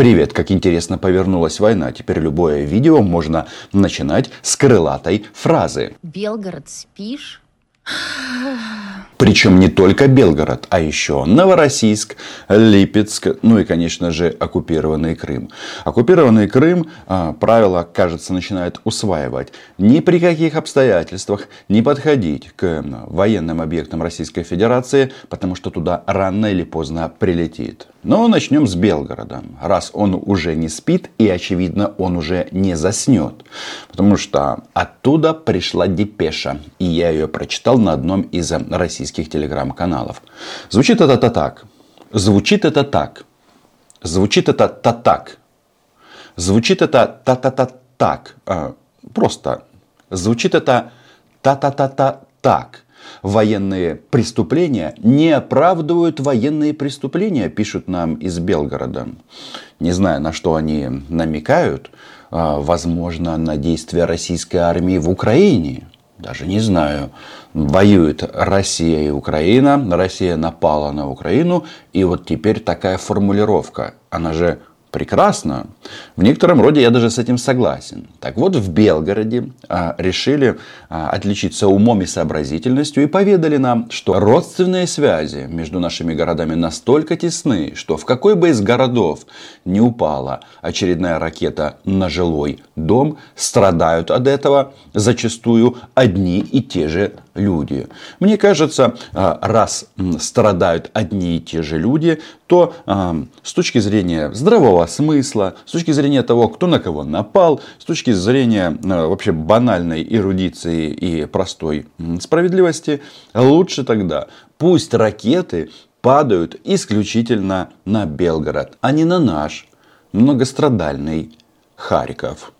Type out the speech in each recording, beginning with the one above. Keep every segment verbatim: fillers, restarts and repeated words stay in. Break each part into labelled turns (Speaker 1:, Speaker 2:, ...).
Speaker 1: Привет, как интересно повернулась война. Теперь любое видео можно начинать с крылатой фразы.
Speaker 2: Белгород, спишь?
Speaker 1: Причем не только Белгород, а еще Новороссийск, Липецк, ну и, конечно же, оккупированный Крым. Оккупированный Крым а, правила, кажется, начинают усваивать. Ни при каких обстоятельствах не подходить к военным объектам Российской Федерации, потому что туда рано или поздно прилетит. Но начнем с Белгорода, раз он уже не спит и, очевидно, он уже не заснет. Потому что оттуда пришла депеша, и я ее прочитал на одном из российских телеграм-каналов. Звучит это так. Звучит это так. Звучит это та-так. Звучит это та-та-та-так. Просто. Звучит это та-та-та-та-так. Военные преступления не оправдывают военные преступления, пишут нам из Белгорода. Не знаю, на что они намекают. Возможно, на действия российской армии в Украине. Даже не знаю. Воюет Россия и Украина. Россия напала на Украину. И вот теперь такая формулировка. Она же прекрасна. В некотором роде я даже с этим согласен. Так вот, в Белгороде а, решили а, отличиться умом и сообразительностью и поведали нам, что родственные связи между нашими городами настолько тесны, что в какой бы из городов не упала очередная ракета на жилой дом, страдают от этого зачастую одни и те же люди. Мне кажется, раз страдают одни и те же люди, то с точки зрения здравого смысла, с точки зрения того, кто на кого напал, с точки зрения вообще банальной эрудиции и простой справедливости, лучше тогда пусть ракеты падают исключительно на Белгород, а не на наш многострадальный Харьков.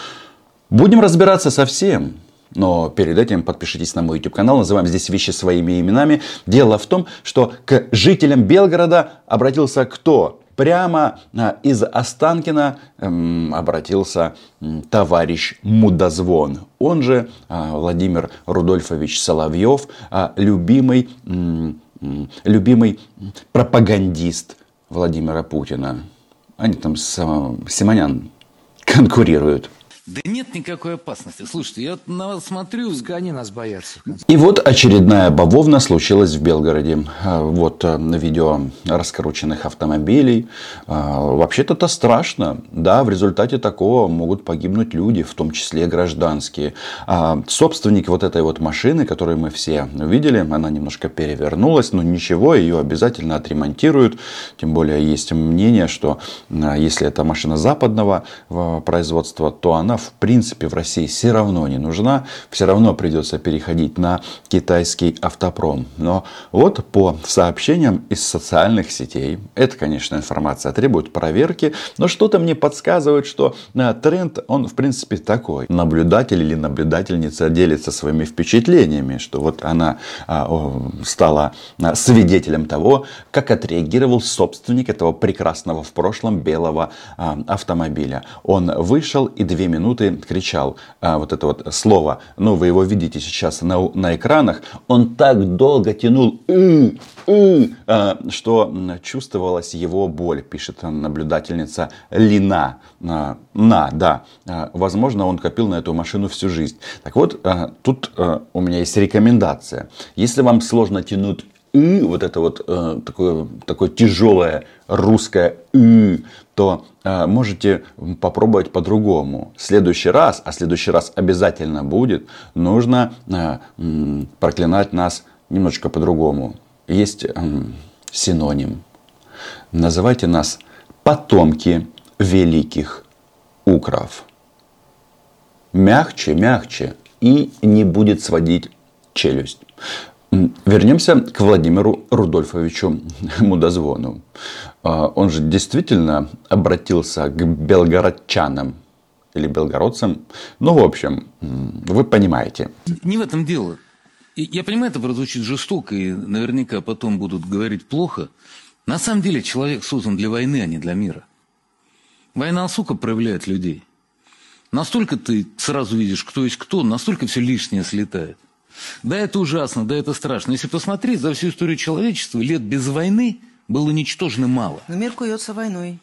Speaker 1: Будем разбираться со всем. Но перед этим подпишитесь на мой YouTube канал. Называем здесь вещи своими именами. Дело в том, что к жителям Белгорода обратился кто? Прямо из Останкина эм, обратился товарищ Мудозвон. Он же э, Владимир Рудольфович Соловьев, э, любимый, э, любимый пропагандист Владимира Путина. Они там с э, Симонян конкурируют.
Speaker 3: Да нет никакой опасности. Слушайте, я на вас смотрю...
Speaker 4: Пускай они нас боятся.
Speaker 1: И вот очередная бавовна случилась в Белгороде. Вот на видео раскрученных автомобилей. Вообще-то это страшно. Да, в результате такого могут погибнуть люди, в том числе гражданские. Собственник вот этой вот машины, которую мы все видели, она немножко перевернулась, но ничего, ее обязательно отремонтируют. Тем более есть мнение, что если это машина западного производства, то она в принципе в России все равно не нужна, все равно придется переходить на китайский автопром. Но вот по сообщениям из социальных сетей, это, конечно, информация требует проверки, но что-то мне подсказывает, что тренд, он в принципе такой. Наблюдатель или наблюдательница делится своими впечатлениями, что вот она стала свидетелем того, как отреагировал собственник этого прекрасного в прошлом белого автомобиля. Он вышел и две минуты кричал а, вот это вот слово, ну вы его видите сейчас на, на экранах, он так долго тянул, «ы, ы», а, что чувствовалась его боль, пишет наблюдательница Лина. А, на, да, а, возможно, он копил на эту машину всю жизнь. Так вот, а, тут а, у меня есть рекомендация. Если вам сложно тянуть «ы», вот это вот э, такое, такое тяжелое русское «ы», то э, можете попробовать по-другому. В следующий раз, а следующий раз обязательно будет, нужно э, э, проклинать нас немножечко по-другому. Есть э, синоним. Называйте нас потомки великих укров. Мягче, мягче, и не будет сводить челюсть. Вернемся к Владимиру Рудольфовичу Мудозвону. Он же действительно обратился к белгородчанам или белгородцам. Ну, в общем, вы понимаете.
Speaker 3: Не в этом дело. Я понимаю, это прозвучит жестоко, и наверняка потом будут говорить плохо. На самом деле человек создан для войны, а не для мира. Война, сука, проявляет людей. Настолько ты сразу видишь, кто есть кто, настолько все лишнее слетает. Да, это ужасно, да, это страшно. Если посмотреть, за всю историю человечества лет без войны было ничтожно мало.
Speaker 5: Но мир куется войной.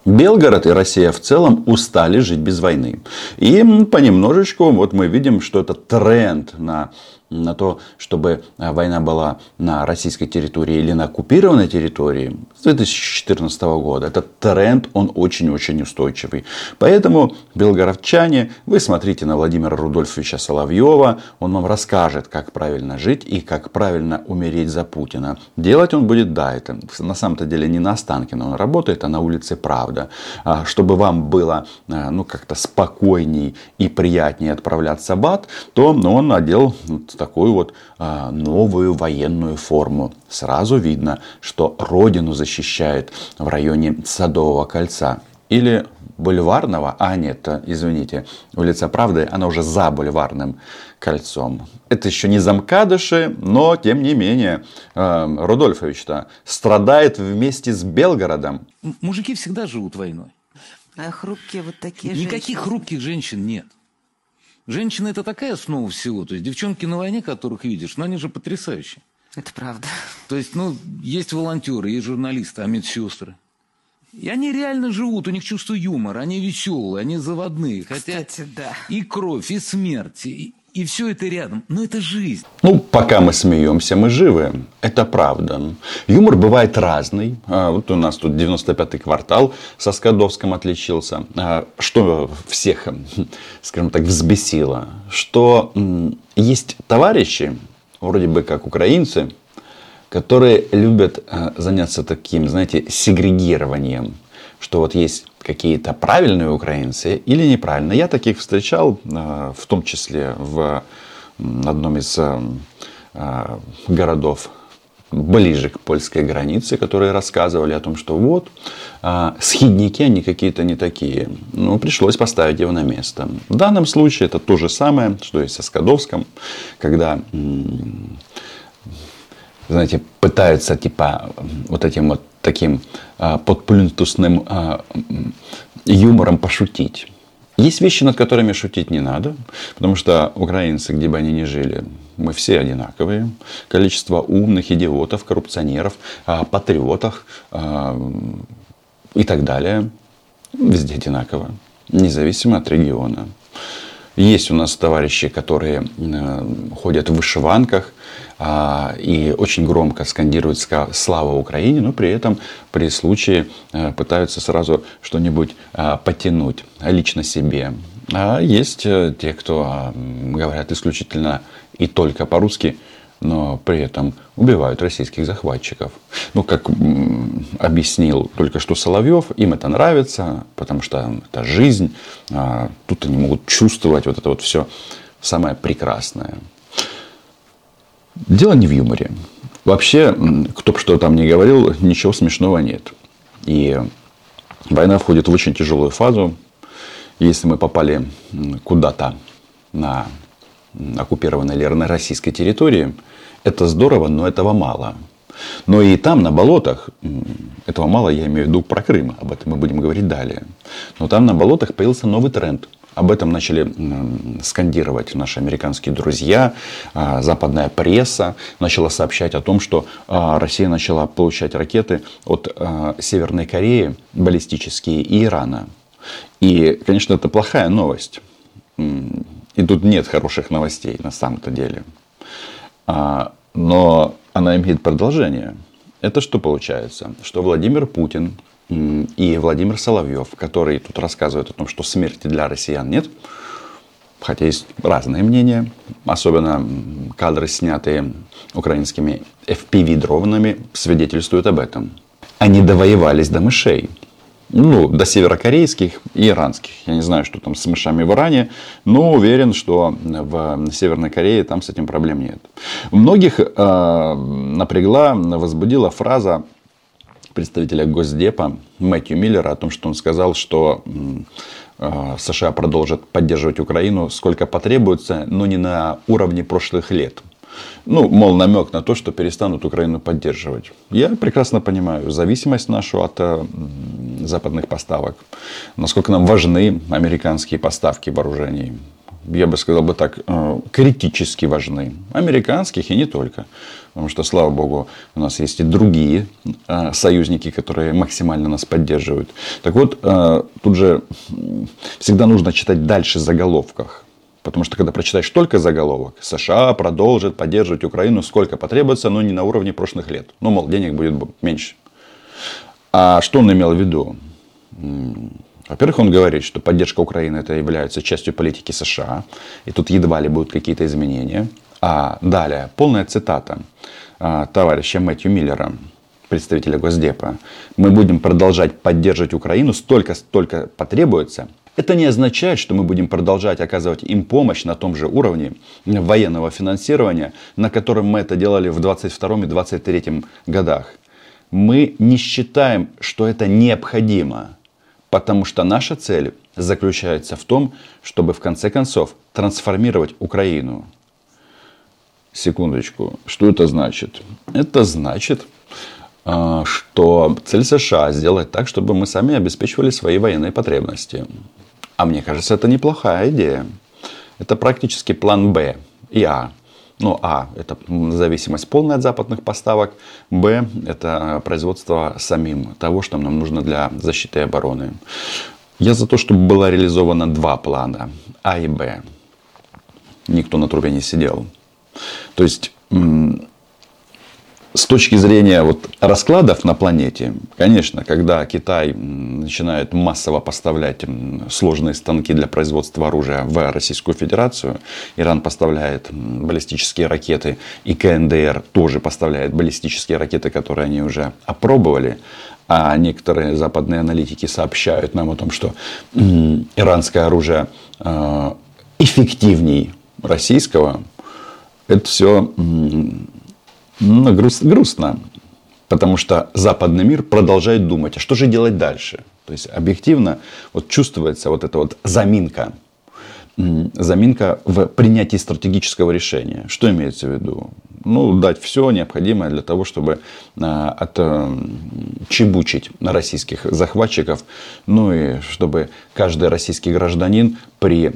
Speaker 1: Белгород и Россия в целом устали жить без войны. И понемножечку вот мы видим, что это тренд на, на то, чтобы война была на российской территории или на оккупированной территории с две тысячи четырнадцатого года. Этот тренд, он очень-очень устойчивый. Поэтому, белгородчане, вы смотрите на Владимира Рудольфовича Соловьева. Он вам расскажет, как правильно жить и как правильно умереть за Путина. Делать он будет, да, это на самом-то деле не на Останкино он работает, а на улице Правда. Чтобы вам было ну, как-то спокойней и приятнее отправляться в ад, то он надел вот такую вот новую военную форму. Сразу видно, что родину защищает в районе Садового кольца. Или Бульварного, а нет, извините, улица Правды, она уже за Бульварным кольцом. Это еще не замкадыши, но тем не менее Рудольфович-то страдает вместе с Белгородом.
Speaker 3: Мужики всегда живут войной.
Speaker 4: А хрупкие вот такие
Speaker 3: Никаких
Speaker 4: женщины.
Speaker 3: хрупких женщин нет. Женщина — это такая основа всего. То есть девчонки на войне, которых видишь, но они же потрясающие.
Speaker 4: Это правда.
Speaker 3: То есть, ну, есть волонтеры, есть журналисты, а медсестры. И они реально живут, у них чувство юмора, они веселые, они заводные. Хотя
Speaker 4: Кстати, да.
Speaker 3: и кровь, и смерть, и, и все это рядом. Но это жизнь.
Speaker 1: Ну, пока мы смеемся, мы живы. Это правда. Юмор бывает разный. Вот у нас тут девяносто пятый квартал со Скадовском отличился. Что всех, скажем так, взбесило? Что есть товарищи, вроде бы как украинцы, которые любят заняться таким, знаете, сегрегированием. Что вот есть какие-то правильные украинцы или неправильные. Я таких встречал, в том числе в одном из городов ближе к польской границе, которые рассказывали о том, что вот схидники, они какие-то не такие. Ну, пришлось поставить его на место. В данном случае это то же самое, что и со Скадовском, когда, знаете, пытаются типа вот этим вот таким а, подплинтусным а, юмором пошутить. Есть вещи, над которыми шутить не надо, потому что украинцы, где бы они ни жили, мы все одинаковые. Количество умных, идиотов, коррупционеров, а, патриотов а, и так далее везде одинаково, независимо от региона. Есть у нас товарищи, которые э, ходят в вышиванках э, и очень громко скандируют «Слава Украине», но при этом при случае э, пытаются сразу что-нибудь э, потянуть лично себе. А есть э, те, кто э, говорят исключительно и только по-русски, но при этом убивают российских захватчиков. Ну, как м, объяснил только что Соловьев, им это нравится, потому что это жизнь. А тут они могут чувствовать вот это вот все самое прекрасное. Дело не в юморе. Вообще, кто бы что там ни говорил, ничего смешного нет. И война входит в очень тяжелую фазу. Если мы попали куда-то на оккупированной или на российской территории, это здорово, но этого мало. Но и там, на болотах, этого мало, я имею в виду про Крым, об этом мы будем говорить далее. Но там на болотах появился новый тренд. Об этом начали скандировать наши американские друзья, западная пресса начала сообщать о том, что Россия начала получать ракеты от Северной Кореи, баллистические, и Ирана. И, конечно, это плохая новость. И тут нет хороших новостей на самом-то деле. Но она имеет продолжение. Это что получается? Что Владимир Путин и Владимир Соловьев, которые тут рассказывают о том, что смерти для россиян нет, хотя есть разные мнения, особенно кадры, снятые украинскими эф пи ви-дронами, свидетельствуют об этом. Они довоевались до мышей. Ну, до северокорейских и иранских. Я не знаю, что там с мышами в Иране, но уверен, что в Северной Корее там с этим проблем нет. Многих э, напрягла, возбудила фраза представителя Госдепа Мэтью Миллера о том, что он сказал, что э, США продолжат поддерживать Украину сколько потребуется, но не на уровне прошлых лет. Ну, мол, намек на то, что перестанут Украину поддерживать. Я прекрасно понимаю зависимость нашу от э, западных поставок. Насколько нам важны американские поставки вооружений. я бы сказал бы так, критически важны. Американских и не только. Потому что, слава богу, у нас есть и другие союзники, которые максимально нас поддерживают. Так вот, тут же всегда нужно читать дальше в заголовках. Потому что, когда прочитаешь только заголовок, США продолжит поддерживать Украину сколько потребуется, но не на уровне прошлых лет. Ну, мол, денег будет меньше. А что он имел в виду? Во-первых, он говорит, что поддержка Украины это является частью политики США. И тут едва ли будут какие-то изменения. А далее, полная цитата товарища Мэтью Миллера, представителя Госдепа. Мы будем продолжать поддерживать Украину столько, столько потребуется. Это не означает, что мы будем продолжать оказывать им помощь на том же уровне военного финансирования, на котором мы это делали в двадцать втором и двадцать третьем годах. Мы не считаем, что это необходимо, потому что наша цель заключается в том, чтобы в конце концов трансформировать Украину. Секундочку, что это значит? Это значит, что цель США сделать так, чтобы мы сами обеспечивали свои военные потребности. А мне кажется, это неплохая идея. Это практически план Б и А. Ну, А – это зависимость полная от западных поставок. Б – это производство самим того, что нам нужно для защиты и обороны. Я за то, чтобы было реализовано два плана – А и Б. Никто на трубе не сидел. То есть, с точки зрения вот раскладов на планете, конечно, когда Китай начинает массово поставлять сложные станки для производства оружия в Российскую Федерацию, Иран поставляет баллистические ракеты, и Ка Эн Дэ Эр тоже поставляет баллистические ракеты, которые они уже опробовали, а некоторые западные аналитики сообщают нам о том, что иранское оружие эффективнее российского, это все... Ну, грустно, потому что западный мир продолжает думать, а что же делать дальше? То есть объективно вот чувствуется вот эта вот заминка, заминка в принятии стратегического решения. Что имеется в виду? Ну, дать все необходимое для того, чтобы отчебучить российских захватчиков, ну и чтобы каждый российский гражданин при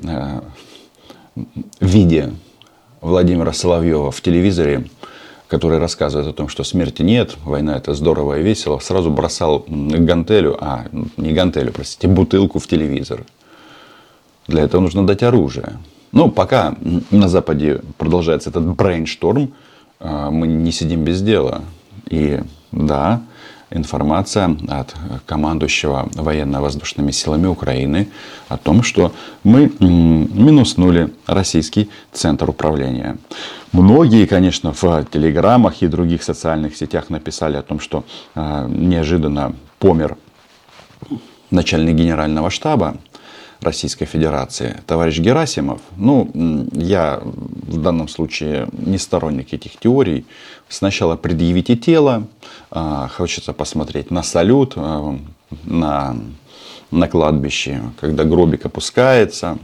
Speaker 1: виде Владимира Соловьева в телевизоре, который рассказывает о том, что смерти нет, война это здорово и весело, сразу бросал гантелю, а не гантелю, простите, бутылку в телевизор. Для этого нужно дать оружие. Ну, пока на Западе продолжается этот брейншторм, мы не сидим без дела. И да, информация от командующего военно-воздушными силами Украины о том, что мы минуснули российский центр управления. Многие, конечно, в телеграммах и других социальных сетях написали о том, что э, неожиданно помер начальник генерального штаба Российской Федерации, товарищ Герасимов. Ну, я в данном случае не сторонник этих теорий. Сначала предъявите тело, э, хочется посмотреть на салют, э, на, на кладбище, когда гробик опускается.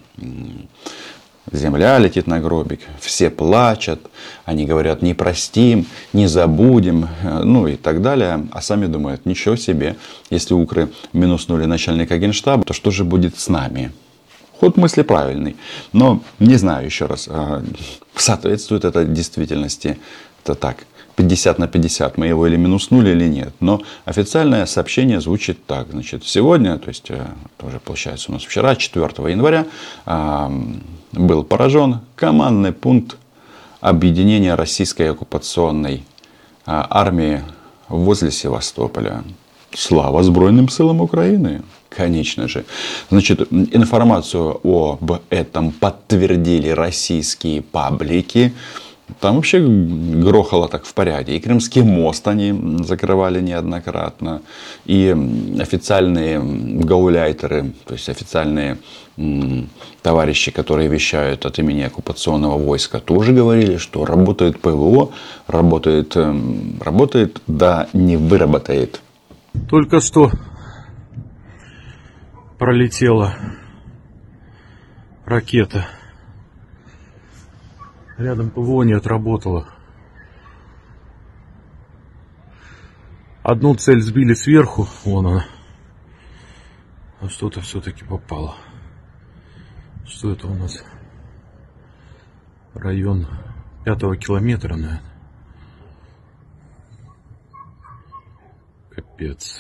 Speaker 1: Земля летит на гробик, все плачут, они говорят не простим, не забудем, ну и так далее. А сами думают, ничего себе, если укры минуснули начальника генштаба, то что же будет с нами? Ход мысли правильный, но не знаю еще раз, соответствует это действительности, это так, пятьдесят на пятьдесят, мы его или минуснули, или нет. Но официальное сообщение звучит так. Значит, сегодня, то есть, тоже получается у нас вчера, четвёртого января, был поражен командный пункт объединения российской оккупационной армии возле Севастополя. Слава Збройным силам Украины! Конечно же. Значит, информацию об этом подтвердили российские паблики. Там вообще грохало так в порядке. И Крымский мост они закрывали неоднократно. И официальные гауляйтеры, то есть официальные м, товарищи, которые вещают от имени оккупационного войска, тоже говорили, что работает ПВО, работает, м, работает, да не выработает.
Speaker 5: Только что пролетела ракета. Рядом ПВО не отработало. Одну цель сбили сверху, вон она. А что-то все-таки попало. Что это у нас? Район пятого километра, наверное. Капец.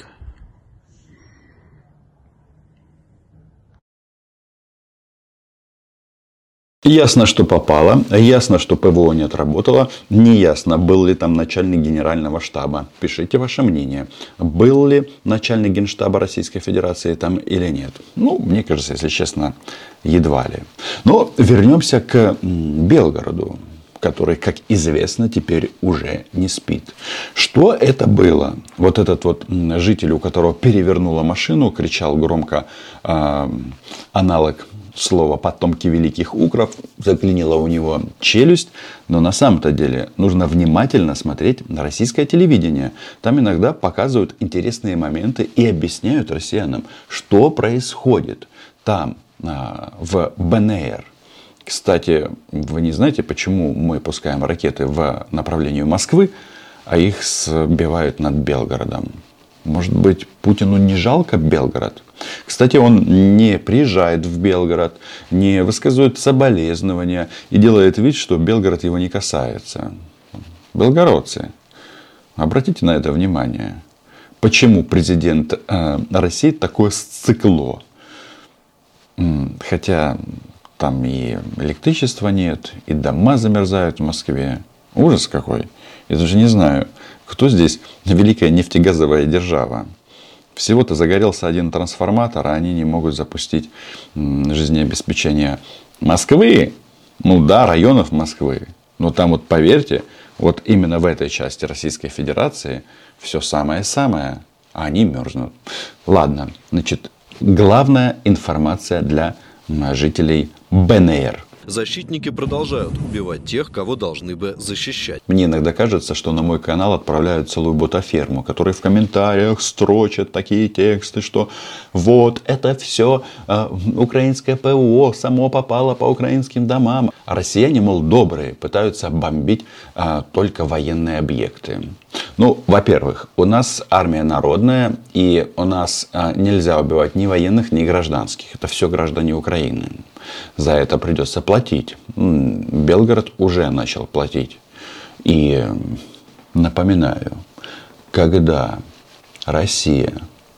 Speaker 1: Ясно, что попало, ясно, что ПВО не отработало, неясно, был ли там начальник генерального штаба. Пишите ваше мнение. Был ли начальник генштаба Российской Федерации там или нет? Ну, мне кажется, если честно, едва ли. Но вернемся к Белгороду, который, как известно, теперь уже не спит. Что это было? Вот этот вот житель, у которого перевернула машину, кричал громко э, аналог слова «потомки великих укров», заклинила у него челюсть. Но на самом-то деле нужно внимательно смотреть на российское телевидение. Там иногда показывают интересные моменты и объясняют россиянам, что происходит там, в БНР. Кстати, вы не знаете, почему мы пускаем ракеты в направлении Москвы, а их сбивают над Белгородом? Может быть, Путину не жалко Белгород? Кстати, он не приезжает в Белгород, не высказывает соболезнования и делает вид, что Белгород его не касается. Белгородцы, обратите на это внимание. Почему президент э, России такое сцикло? Хотя там и электричества нет, и дома замерзают в Москве. Ужас какой. Я даже не знаю, кто здесь великая нефтегазовая держава. Всего-то загорелся один трансформатор, а они не могут запустить жизнеобеспечение Москвы. Ну да, районов Москвы. Но там вот поверьте, вот именно в этой части Российской Федерации все самое-самое, а они мерзнут. Ладно, значит, главная информация для жителей БНР.
Speaker 6: Защитники продолжают убивать тех, кого должны бы защищать.
Speaker 1: Мне иногда кажется, что на мой канал отправляют целую ботаферму, которые в комментариях строчат такие тексты, что вот это все э, украинское ПВО само попало по украинским домам. А россияне, мол, добрые, пытаются бомбить э, только военные объекты. Ну, во-первых, у нас армия народная, и у нас э, нельзя убивать ни военных, ни гражданских. Это все граждане Украины. За это придется платить. Белгород уже начал платить. И напоминаю, когда Россия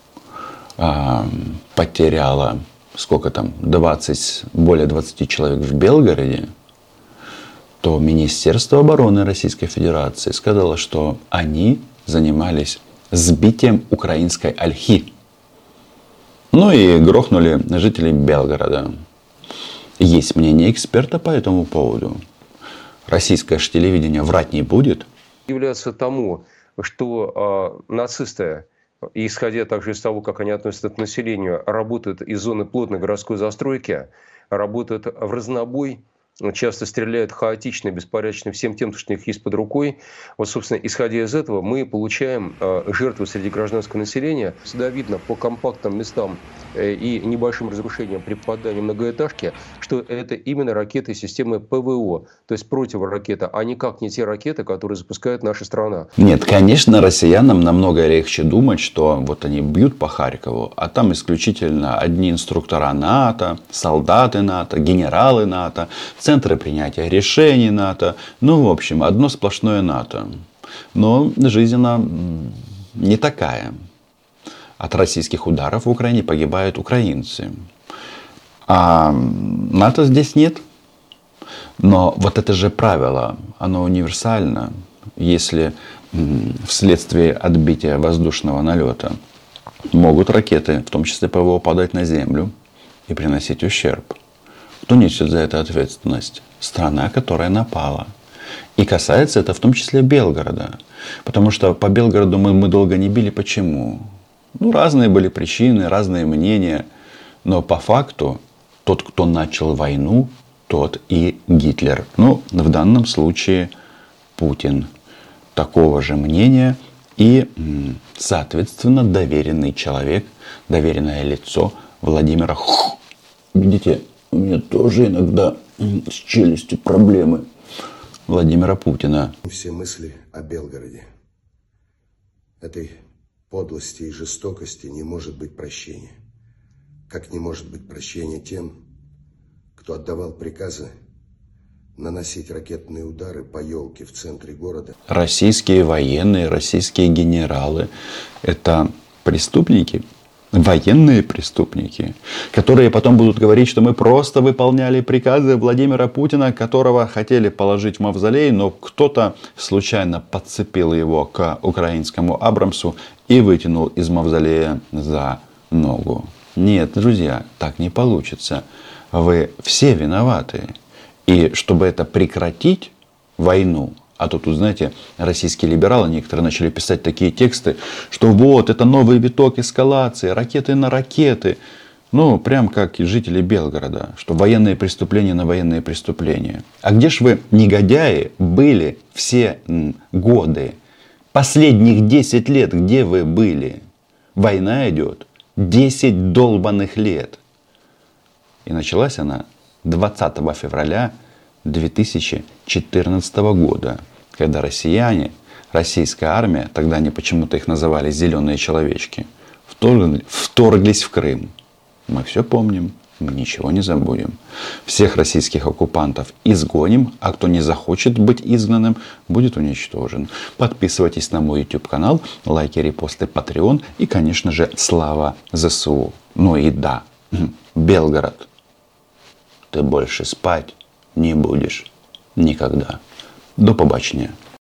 Speaker 1: а, потеряла, сколько там, двадцать, более двадцати человек в Белгороде, то Министерство обороны Российской Федерации сказало, что они занимались сбитием украинской ольхи. Ну и грохнули жителей Белгорода. Есть мнение эксперта по этому поводу. Российское же телевидение врать не будет.
Speaker 7: Является тому, что э, нацисты, исходя также из того, как они относятся к населению, работают из зоны плотной городской застройки, работают в разнобой, часто стреляют хаотично, беспорядочно всем тем, что у них есть под рукой. Вот, собственно, исходя из этого, мы получаем э, жертвы среди гражданского населения. Всегда видно по компактным местам э, и небольшим разрушениям при попадании в многоэтажки, что это именно ракеты системы ПВО, то есть противоракета, а никак не те ракеты, которые запускает наша страна.
Speaker 1: Нет, конечно, россиянам намного легче думать, что вот они бьют по Харькову, а там исключительно одни инструктора НАТО, солдаты НАТО, генералы НАТО, центры принятия решений НАТО. Ну, в общем, одно сплошное НАТО. Но жизнь, она не такая. От российских ударов в Украине погибают украинцы. А НАТО здесь нет. Но вот это же правило, оно универсально. Если вследствие отбития воздушного налета могут ракеты, в том числе ПВО, падать на землю и приносить ущерб, кто несет за это ответственность? Страна, которая напала. И касается это в том числе Белгорода. Потому что по Белгороду мы, мы долго не били. Почему? Ну, разные были причины, разные мнения. Но по факту тот, кто начал войну, тот и Гитлер. Ну, в данном случае Путин такого же мнения. И, соответственно, доверенный человек, доверенное лицо Владимира Х... Видите, у меня тоже иногда с челюстью проблемы. Владимира Путина.
Speaker 8: Все мысли о Белгороде. Этой подлости и жестокости не может быть прощения. Как не может быть прощения тем, кто отдавал приказы наносить ракетные удары по елке в центре города.
Speaker 1: Российские военные, российские генералы – это преступники, военные преступники, которые потом будут говорить, что мы просто выполняли приказы Владимира Путина, которого хотели положить в мавзолей, но кто-то случайно подцепил его к украинскому Абрамсу и вытянул из мавзолея за ногу. Нет, друзья, так не получится. Вы все виноваты. И чтобы это прекратить, войну, а то тут, знаете, российские либералы некоторые начали писать такие тексты, что вот, это новый виток эскалации, ракеты на ракеты. Ну, прям как и жители Белгорода, что военные преступления на военные преступления. А где ж вы, негодяи, были все годы? Последних десять лет где вы были? Война идет десять долбанных лет. И началась она двадцатого февраля две тысячи четырнадцатого года, когда россияне, российская армия, тогда они почему-то их называли «зеленые человечки», вторглись в Крым. Мы все помним, мы ничего не забудем. Всех российских оккупантов изгоним, а кто не захочет быть изгнанным, будет уничтожен. Подписывайтесь на мой YouTube канал, лайки, репосты, Patreon и, конечно же, слава ЗСУ. Ну и да, Белгород. Ты больше спать не будешь никогда. До побачення.